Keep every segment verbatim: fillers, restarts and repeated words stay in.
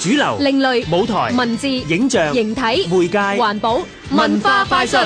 主流、 另類、 舞台、 文字、 影像、 形體、 媒介、 環保、文化快訊。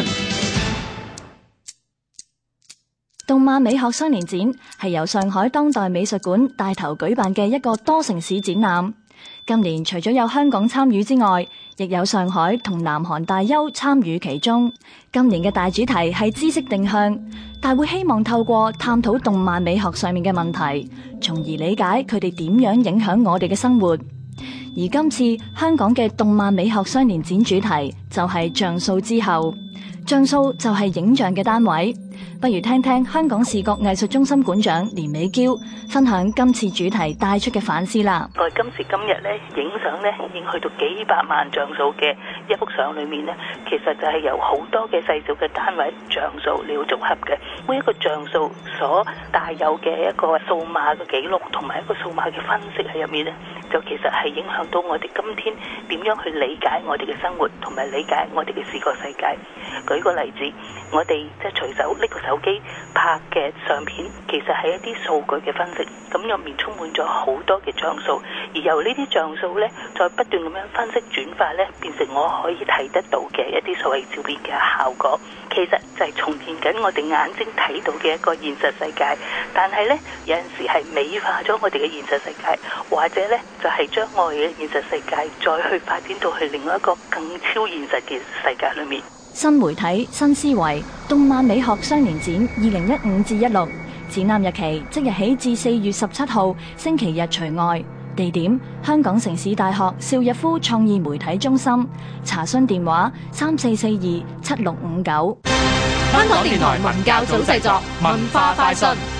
動漫美學雙年展係由上海當代美術館帶頭舉辦嘅一個多城市展覽。今年除咗有香港參與之外，亦有上海同南韓大邱參與其中。今年嘅大主題係知識定向，大會希望透過探討動漫美學上面嘅問題，從而理解佢哋點樣影響我哋嘅生活。而今次香港嘅動漫美學雙年展主題就係像素之後，像素就係影像嘅單位。不如聽聽香港視覺藝術中心館長連美嬌分享今次主題帶出嘅反思啦。 我哋今時今日咧，影相咧已經去到幾百萬像素嘅一幅相裏面咧，其實就係由好多嘅細小嘅單位像素嚟到組合嘅。每一個像素所帶有嘅一個數碼嘅記錄同埋一個數碼嘅分析喺入面咧，就其實係影響到我哋今天點樣去理解我哋嘅生活同埋理解我哋嘅視覺世界。舉個例子，我哋即係隨手拎個手機拍嘅相片，其實係一啲數據嘅分析，咁入面充滿咗好多嘅像素，而由呢啲像素呢，再不斷咁樣分析轉化呢，變成我可以睇得到嘅一啲所謂照片嘅效果。其實就係重現緊我哋眼睛睇到嘅一個現實世界，但係呢，有陣時係美化咗我哋嘅現實世界，或者呢，就係將我哋嘅現實世界再去發展到去另外一個更超現實嘅世界裏面。 新媒體、新思維，動漫美學雙年展二零一五至一六，展覽日期即日起至四月十七號星期日除外，地點香港城市大學邵逸夫創意媒體中心，查詢電話三四四二七六五九。 香港電台文教組製作，文化快訊。